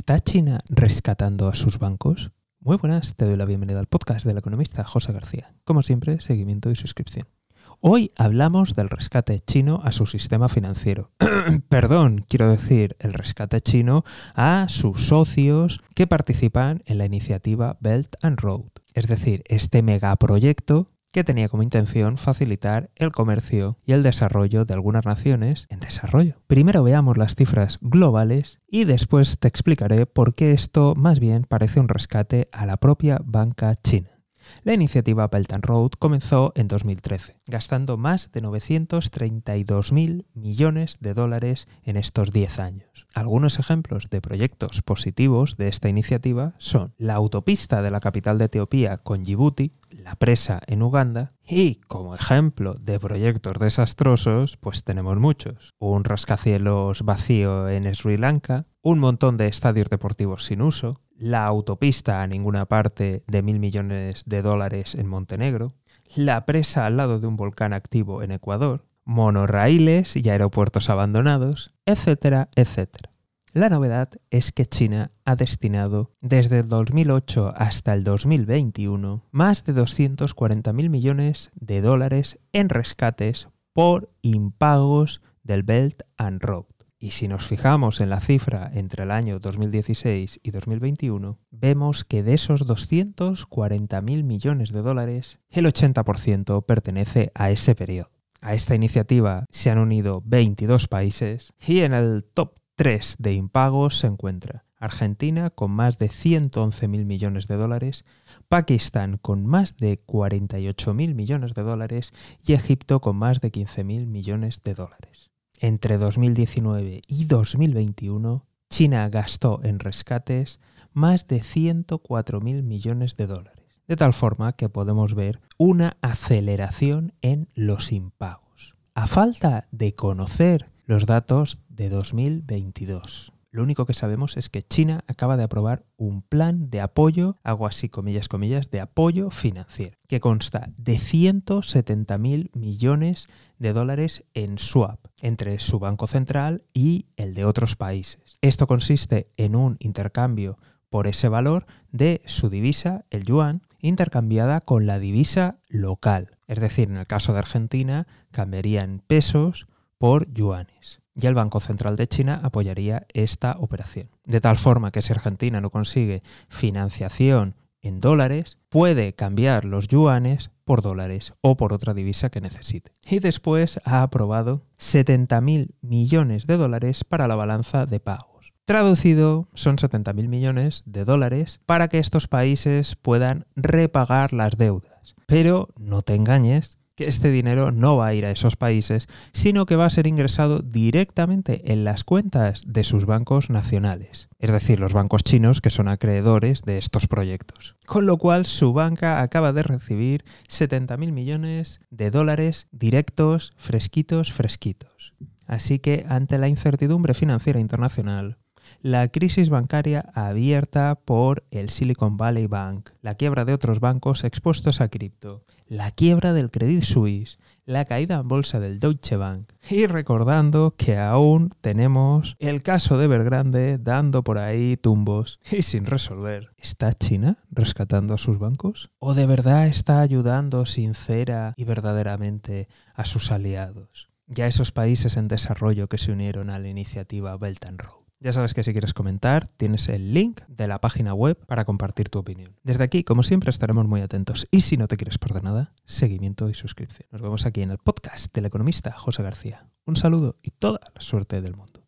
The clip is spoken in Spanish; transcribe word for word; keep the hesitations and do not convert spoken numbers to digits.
¿Está China rescatando a sus bancos? Muy buenas, te doy la bienvenida al podcast del economista José García. Como siempre, seguimiento y suscripción. Hoy hablamos del rescate chino a su sistema financiero. Perdón, quiero decir, el rescate chino a sus socios que participan en la iniciativa Belt and Road. Es decir, este megaproyecto que tenía como intención facilitar el comercio y el desarrollo de algunas naciones en desarrollo. Primero veamos las cifras globales y después te explicaré por qué esto más bien parece un rescate a la propia banca china. La iniciativa Belt and Road comenzó en dos mil trece, gastando más de novecientos treinta y dos mil millones de dólares en estos diez años. Algunos ejemplos de proyectos positivos de esta iniciativa son la autopista de la capital de Etiopía con Djibouti, la presa en Uganda y, como ejemplo de proyectos desastrosos, pues tenemos muchos. Un rascacielos vacío en Sri Lanka, un montón de estadios deportivos sin uso, la autopista a ninguna parte de mil millones de dólares en Montenegro, la presa al lado de un volcán activo en Ecuador, monorraíles y aeropuertos abandonados, etcétera, etcétera. La novedad es que China ha destinado desde el dos mil ocho hasta el dos mil veintiuno más de doscientos cuarenta mil millones de dólares en rescates por impagos del Belt and Road. Y si nos fijamos en la cifra entre el año dos mil dieciséis y dos mil veintiuno, vemos que de esos doscientos cuarenta mil millones de dólares, el ochenta por ciento pertenece a ese periodo. A esta iniciativa se han unido veintidós países y en el top tres de impagos se encuentra Argentina con más de ciento once mil millones de dólares, Pakistán con más de cuarenta y ocho mil millones de dólares y Egipto con más de quince mil millones de dólares. Entre dos mil diecinueve y dos mil veintiuno, China gastó en rescates más de ciento cuatro mil millones de dólares, de tal forma que podemos ver una aceleración en los impagos. A falta de conocer los datos de dos mil veintidós. Lo único que sabemos es que China acaba de aprobar un plan de apoyo, hago así comillas, comillas, de apoyo financiero, que consta de ciento setenta mil millones de dólares en swap entre su banco central y el de otros países. Esto consiste en un intercambio por ese valor de su divisa, el yuan, intercambiada con la divisa local. Es decir, en el caso de Argentina, cambiarían pesos por yuanes. Y el Banco Central de China apoyaría esta operación. De tal forma que si Argentina no consigue financiación en dólares, puede cambiar los yuanes por dólares o por otra divisa que necesite. Y después ha aprobado setenta mil millones de dólares para la balanza de pagos. Traducido, son setenta mil millones de dólares para que estos países puedan repagar las deudas. Pero no te engañes, que este dinero no va a ir a esos países, sino que va a ser ingresado directamente en las cuentas de sus bancos nacionales, es decir, los bancos chinos que son acreedores de estos proyectos. Con lo cual, su banca acaba de recibir setenta mil millones de dólares directos, fresquitos, fresquitos. Así que, ante la incertidumbre financiera internacional, la crisis bancaria abierta por el Silicon Valley Bank, la quiebra de otros bancos expuestos a cripto, la quiebra del Credit Suisse, la caída en bolsa del Deutsche Bank y recordando que aún tenemos el caso de Evergrande dando por ahí tumbos y sin resolver. ¿Está China rescatando a sus bancos? ¿O de verdad está ayudando sincera y verdaderamente a sus aliados y a esos países en desarrollo que se unieron a la iniciativa Belt and Road? Ya sabes que si quieres comentar, tienes el link de la página web para compartir tu opinión. Desde aquí, como siempre, estaremos muy atentos. Y si no te quieres perder nada, seguimiento y suscripción. Nos vemos aquí en el podcast del economista José García. Un saludo y toda la suerte del mundo.